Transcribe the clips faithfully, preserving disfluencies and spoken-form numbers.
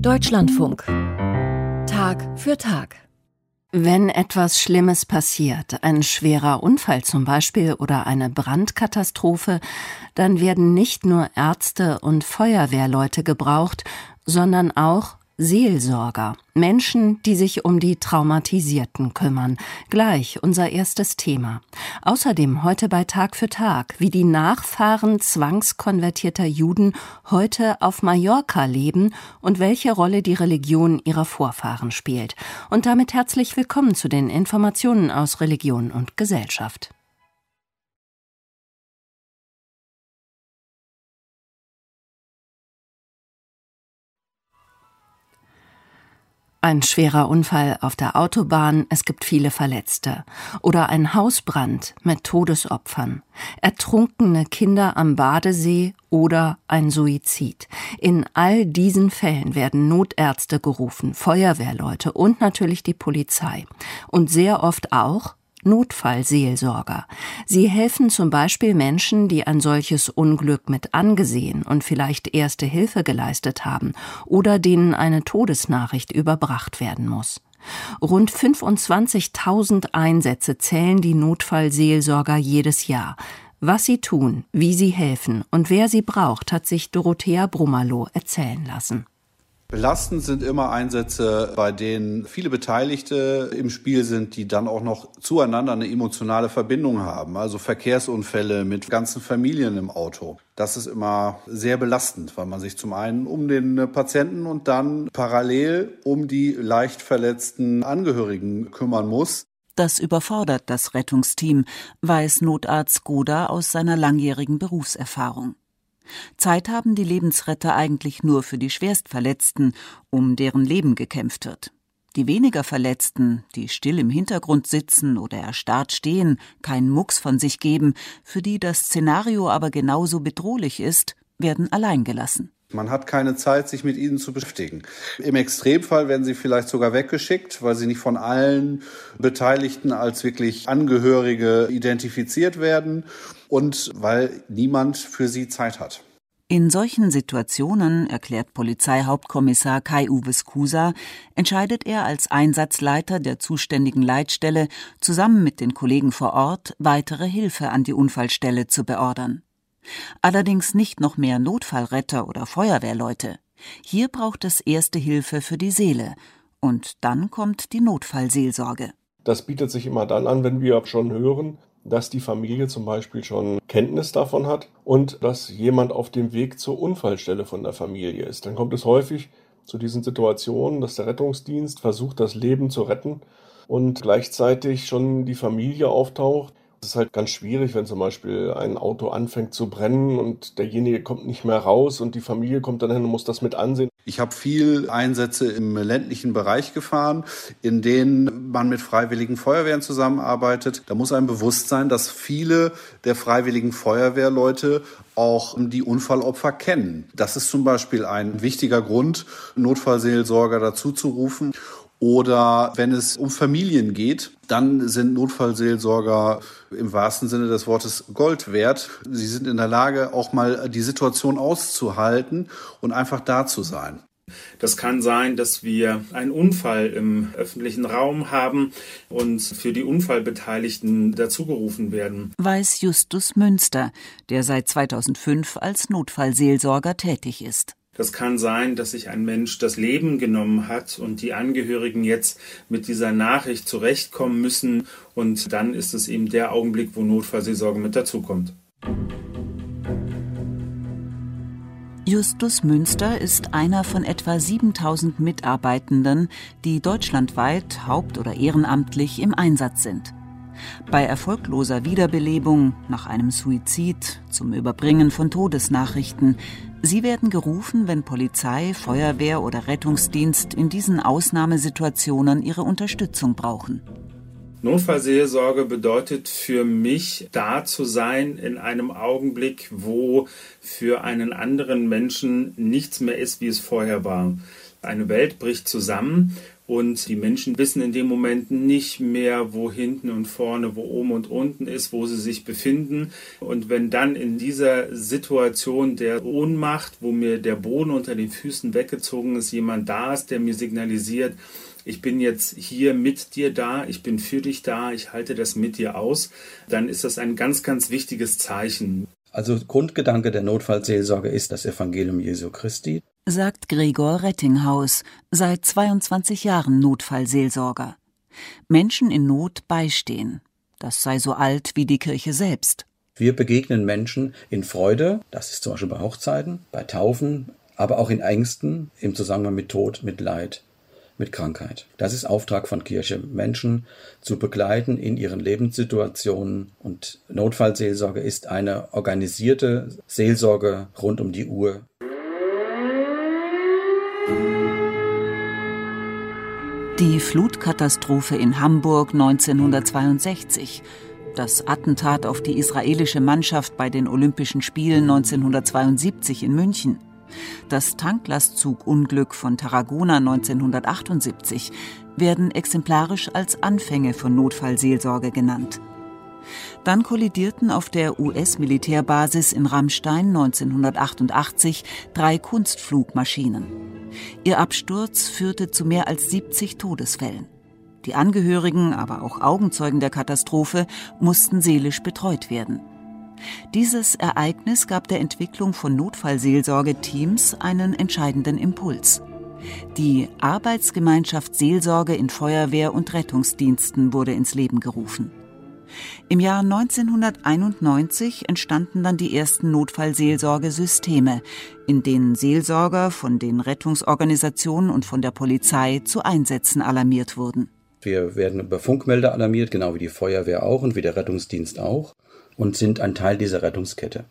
Deutschlandfunk. Tag für Tag. Wenn etwas Schlimmes passiert, ein schwerer Unfall zum Beispiel oder eine Brandkatastrophe, dann werden nicht nur Ärzte und Feuerwehrleute gebraucht, sondern auch Seelsorger, Menschen, die sich um die Traumatisierten kümmern. Gleich unser erstes Thema. Außerdem heute bei Tag für Tag, wie die Nachfahren zwangskonvertierter Juden heute auf Mallorca leben und welche Rolle die Religion ihrer Vorfahren spielt. Und damit herzlich willkommen zu den Informationen aus Religion und Gesellschaft. Ein schwerer Unfall auf der Autobahn, es gibt viele Verletzte. Oder ein Hausbrand mit Todesopfern. Ertrunkene Kinder am Badesee oder ein Suizid. In all diesen Fällen werden Notärzte gerufen, Feuerwehrleute und natürlich die Polizei. Und sehr oft auch Notfallseelsorger. Sie helfen zum Beispiel Menschen, die ein solches Unglück mit angesehen und vielleicht erste Hilfe geleistet haben oder denen eine Todesnachricht überbracht werden muss. Rund fünfundzwanzigtausend Einsätze zählen die Notfallseelsorger jedes Jahr. Was sie tun, wie sie helfen und wer sie braucht, hat sich Dorothea Brummerloh erzählen lassen. Belastend sind immer Einsätze, bei denen viele Beteiligte im Spiel sind, die dann auch noch zueinander eine emotionale Verbindung haben. Also Verkehrsunfälle mit ganzen Familien im Auto. Das ist immer sehr belastend, weil man sich zum einen um den Patienten und dann parallel um die leicht verletzten Angehörigen kümmern muss. Das überfordert das Rettungsteam, weiß Notarzt Goda aus seiner langjährigen Berufserfahrung. Zeit haben die Lebensretter eigentlich nur für die Schwerstverletzten, um deren Leben gekämpft wird. Die weniger Verletzten, die still im Hintergrund sitzen oder erstarrt stehen, keinen Mucks von sich geben, für die das Szenario aber genauso bedrohlich ist, werden allein gelassen. Man hat keine Zeit, sich mit ihnen zu beschäftigen. Im Extremfall werden sie vielleicht sogar weggeschickt, weil sie nicht von allen Beteiligten als wirklich Angehörige identifiziert werden und weil niemand für sie Zeit hat. In solchen Situationen, erklärt Polizeihauptkommissar Kai-Uwe Skusa, entscheidet er als Einsatzleiter der zuständigen Leitstelle zusammen mit den Kollegen vor Ort, weitere Hilfe an die Unfallstelle zu beordern. Allerdings nicht noch mehr Notfallretter oder Feuerwehrleute. Hier braucht es erste Hilfe für die Seele. Und dann kommt die Notfallseelsorge. Das bietet sich immer dann an, wenn wir schon hören, dass die Familie zum Beispiel schon Kenntnis davon hat und dass jemand auf dem Weg zur Unfallstelle von der Familie ist. Dann kommt es häufig zu diesen Situationen, dass der Rettungsdienst versucht, das Leben zu retten und gleichzeitig schon die Familie auftaucht. Es ist halt ganz schwierig, wenn zum Beispiel ein Auto anfängt zu brennen und derjenige kommt nicht mehr raus und die Familie kommt dann hin und muss das mit ansehen. Ich habe viel Einsätze im ländlichen Bereich gefahren, in denen man mit freiwilligen Feuerwehren zusammenarbeitet. Da muss einem bewusst sein, dass viele der freiwilligen Feuerwehrleute auch die Unfallopfer kennen. Das ist zum Beispiel ein wichtiger Grund, Notfallseelsorger dazu zu rufen. Oder wenn es um Familien geht, dann sind Notfallseelsorger im wahrsten Sinne des Wortes Gold wert. Sie sind in der Lage, auch mal die Situation auszuhalten und einfach da zu sein. Das kann sein, dass wir einen Unfall im öffentlichen Raum haben und für die Unfallbeteiligten dazugerufen werden. Weiß Justus Münster, der seit zweitausendfünf als Notfallseelsorger tätig ist. Das kann sein, dass sich ein Mensch das Leben genommen hat und die Angehörigen jetzt mit dieser Nachricht zurechtkommen müssen. Und dann ist es eben der Augenblick, wo Notfallseelsorge mit dazukommt. Justus Münster ist einer von etwa siebentausend Mitarbeitenden, die deutschlandweit haupt- oder ehrenamtlich im Einsatz sind. Bei erfolgloser Wiederbelebung, nach einem Suizid, zum Überbringen von Todesnachrichten. Sie werden gerufen, wenn Polizei, Feuerwehr oder Rettungsdienst in diesen Ausnahmesituationen ihre Unterstützung brauchen. Notfallseelsorge bedeutet für mich, da zu sein in einem Augenblick, wo für einen anderen Menschen nichts mehr ist, wie es vorher war. Eine Welt bricht zusammen Und die Menschen wissen in dem Moment nicht mehr, wo hinten und vorne, wo oben und unten ist, wo sie sich befinden. Und wenn dann in dieser Situation der Ohnmacht, wo mir der Boden unter den Füßen weggezogen ist, jemand da ist, der mir signalisiert, ich bin jetzt hier mit dir da, ich bin für dich da, ich halte das mit dir aus, dann ist das ein ganz, ganz wichtiges Zeichen. Also Grundgedanke der Notfallseelsorge ist das Evangelium Jesu Christi, sagt Gregor Rettinghaus, seit zweiundzwanzig Jahren Notfallseelsorger. Menschen in Not beistehen. Das sei so alt wie die Kirche selbst. Wir begegnen Menschen in Freude, das ist zum Beispiel bei Hochzeiten, bei Taufen, aber auch in Ängsten, im Zusammenhang mit Tod, mit Leid, mit Krankheit. Das ist Auftrag von Kirche, Menschen zu begleiten in ihren Lebenssituationen. Und Notfallseelsorge ist eine organisierte Seelsorge rund um die Uhr. Die Flutkatastrophe in Hamburg neunzehnhundertzweiundsechzig, das Attentat auf die israelische Mannschaft bei den Olympischen Spielen neunzehnhundertzweiundsiebzig in München, das Tanklastzugunglück von Tarragona neunzehnhundertachtundsiebzig werden exemplarisch als Anfänge von Notfallseelsorge genannt. Dann kollidierten auf der U S-Militärbasis in Ramstein neunzehnhundertachtundachtzig drei Kunstflugmaschinen. Ihr Absturz führte zu mehr als siebzig Todesfällen. Die Angehörigen, aber auch Augenzeugen der Katastrophe mussten seelisch betreut werden. Dieses Ereignis gab der Entwicklung von Notfallseelsorge-Teams einen entscheidenden Impuls. Die Arbeitsgemeinschaft Seelsorge in Feuerwehr- und Rettungsdiensten wurde ins Leben gerufen. Im Jahr neunzehnhunderteinundneunzig entstanden dann die ersten Notfallseelsorgesysteme, in denen Seelsorger von den Rettungsorganisationen und von der Polizei zu Einsätzen alarmiert wurden. Wir werden über Funkmelder alarmiert, genau wie die Feuerwehr auch und wie der Rettungsdienst auch, und sind ein Teil dieser Rettungskette.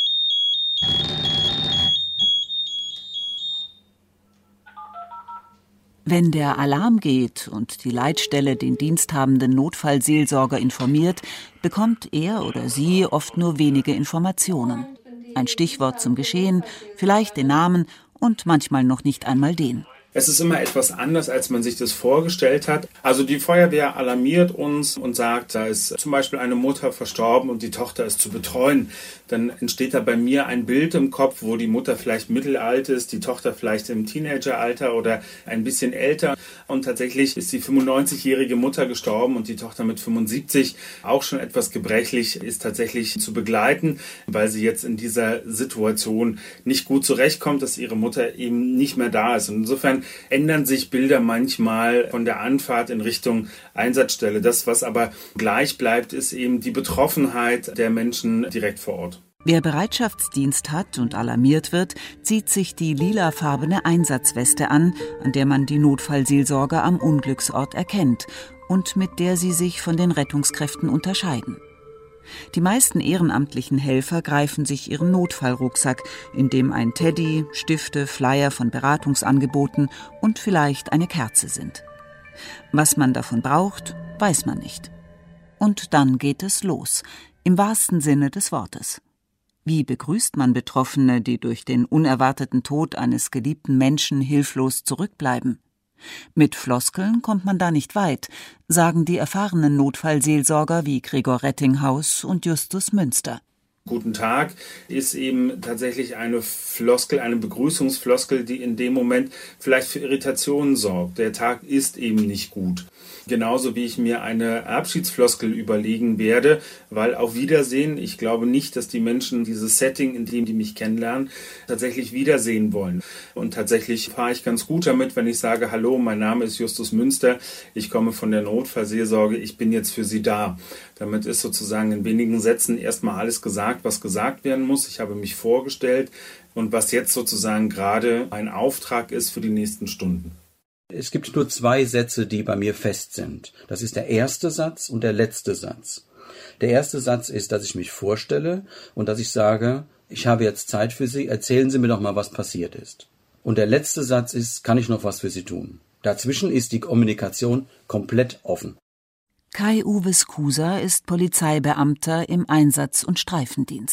Wenn der Alarm geht und die Leitstelle den diensthabenden Notfallseelsorger informiert, bekommt er oder sie oft nur wenige Informationen. Ein Stichwort zum Geschehen, vielleicht den Namen und manchmal noch nicht einmal den. Es ist immer etwas anders, als man sich das vorgestellt hat. Also die Feuerwehr alarmiert uns und sagt, da ist zum Beispiel eine Mutter verstorben und die Tochter ist zu betreuen. Dann entsteht da bei mir ein Bild im Kopf, wo die Mutter vielleicht mittelalt ist, die Tochter vielleicht im Teenageralter oder ein bisschen älter. Und tatsächlich ist die fünfundneunzigjährige Mutter gestorben und die Tochter mit fünfundsiebzig, auch schon etwas gebrechlich, ist tatsächlich zu begleiten, weil sie jetzt in dieser Situation nicht gut zurechtkommt, dass ihre Mutter eben nicht mehr da ist. Und insofern ändern sich Bilder manchmal von der Anfahrt in Richtung Einsatzstelle. Das, was aber gleich bleibt, ist eben die Betroffenheit der Menschen direkt vor Ort. Wer Bereitschaftsdienst hat und alarmiert wird, zieht sich die lilafarbene Einsatzweste an, an der man die Notfallseelsorger am Unglücksort erkennt und mit der sie sich von den Rettungskräften unterscheiden. Die meisten ehrenamtlichen Helfer greifen sich ihren Notfallrucksack, in dem ein Teddy, Stifte, Flyer von Beratungsangeboten und vielleicht eine Kerze sind. Was man davon braucht, weiß man nicht. Und dann geht es los, im wahrsten Sinne des Wortes. Wie begrüßt man Betroffene, die durch den unerwarteten Tod eines geliebten Menschen hilflos zurückbleiben? Mit Floskeln kommt man da nicht weit, sagen die erfahrenen Notfallseelsorger wie Gregor Rettinghaus und Justus Münster. Guten Tag ist eben tatsächlich eine Floskel, eine Begrüßungsfloskel, die in dem Moment vielleicht für Irritationen sorgt. Der Tag ist eben nicht gut. Genauso wie ich mir eine Abschiedsfloskel überlegen werde, weil auf Wiedersehen, ich glaube nicht, dass die Menschen dieses Setting, in dem die mich kennenlernen, tatsächlich wiedersehen wollen. Und tatsächlich fahre ich ganz gut damit, wenn ich sage, hallo, mein Name ist Justus Münster, ich komme von der Notfallseelsorge, ich bin jetzt für Sie da. Damit ist sozusagen in wenigen Sätzen erstmal alles gesagt, was gesagt werden muss. Ich habe mich vorgestellt und was jetzt sozusagen gerade ein Auftrag ist für die nächsten Stunden. Es gibt nur zwei Sätze, die bei mir fest sind. Das ist der erste Satz und der letzte Satz. Der erste Satz ist, dass ich mich vorstelle und dass ich sage, ich habe jetzt Zeit für Sie, erzählen Sie mir doch mal, was passiert ist. Und der letzte Satz ist, kann ich noch was für Sie tun? Dazwischen ist die Kommunikation komplett offen. Kai-Uwe Skusa ist Polizeibeamter im Einsatz- und Streifendienst.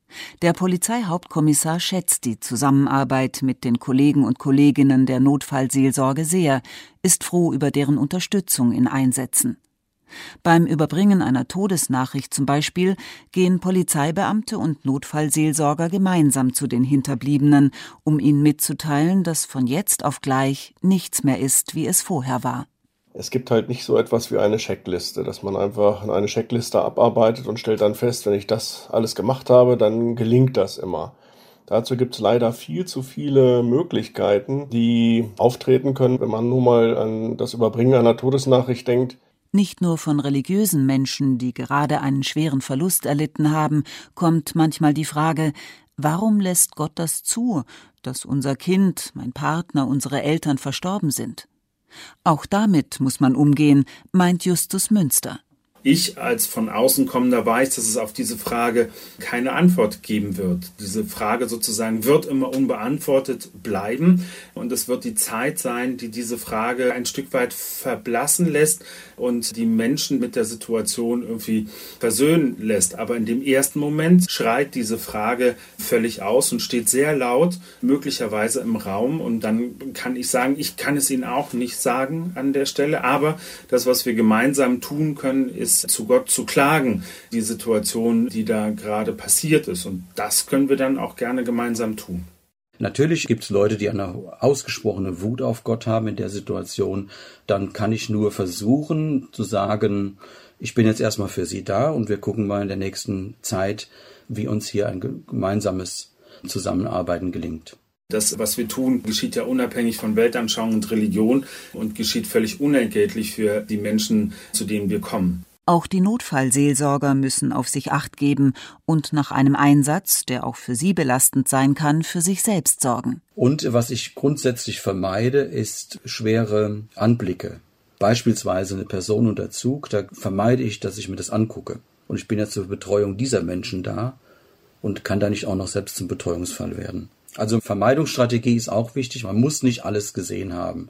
Der Polizeihauptkommissar schätzt die Zusammenarbeit mit den Kollegen und Kolleginnen der Notfallseelsorge sehr, ist froh über deren Unterstützung in Einsätzen. Beim Überbringen einer Todesnachricht zum Beispiel gehen Polizeibeamte und Notfallseelsorger gemeinsam zu den Hinterbliebenen, um ihnen mitzuteilen, dass von jetzt auf gleich nichts mehr ist, wie es vorher war. Es gibt halt nicht so etwas wie eine Checkliste, dass man einfach eine Checkliste abarbeitet und stellt dann fest, wenn ich das alles gemacht habe, dann gelingt das immer. Dazu gibt es leider viel zu viele Möglichkeiten, die auftreten können, wenn man nur mal an das Überbringen einer Todesnachricht denkt. Nicht nur von religiösen Menschen, die gerade einen schweren Verlust erlitten haben, kommt manchmal die Frage, warum lässt Gott das zu, dass unser Kind, mein Partner, unsere Eltern verstorben sind? Auch damit muss man umgehen, meint Justus Münster. Ich als von außen kommender weiß, dass es auf diese Frage keine Antwort geben wird. Diese Frage sozusagen wird immer unbeantwortet bleiben und es wird die Zeit sein, die diese Frage ein Stück weit verblassen lässt und die Menschen mit der Situation irgendwie versöhnen lässt. Aber in dem ersten Moment schreit diese Frage völlig aus und steht sehr laut, möglicherweise im Raum, und dann kann ich sagen, ich kann es Ihnen auch nicht sagen an der Stelle, aber das, was wir gemeinsam tun können, ist zu Gott zu klagen, die Situation, die da gerade passiert ist. Und das können wir dann auch gerne gemeinsam tun. Natürlich gibt es Leute, die eine ausgesprochene Wut auf Gott haben in der Situation. Dann kann ich nur versuchen zu sagen, ich bin jetzt erstmal für Sie da und wir gucken mal in der nächsten Zeit, wie uns hier ein gemeinsames Zusammenarbeiten gelingt. Das, was wir tun, geschieht ja unabhängig von Weltanschauung und Religion und geschieht völlig unentgeltlich für die Menschen, zu denen wir kommen. Auch die Notfallseelsorger müssen auf sich Acht geben und nach einem Einsatz, der auch für sie belastend sein kann, für sich selbst sorgen. Und was ich grundsätzlich vermeide, ist schwere Anblicke. Beispielsweise eine Person unter Zug, da vermeide ich, dass ich mir das angucke. Und ich bin ja zur Betreuung dieser Menschen da und kann da nicht auch noch selbst zum Betreuungsfall werden. Also Vermeidungsstrategie ist auch wichtig, man muss nicht alles gesehen haben.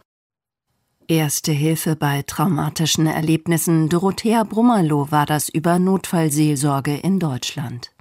Erste Hilfe bei traumatischen Erlebnissen. Dorothea Brummerloh war das über Notfallseelsorge in Deutschland.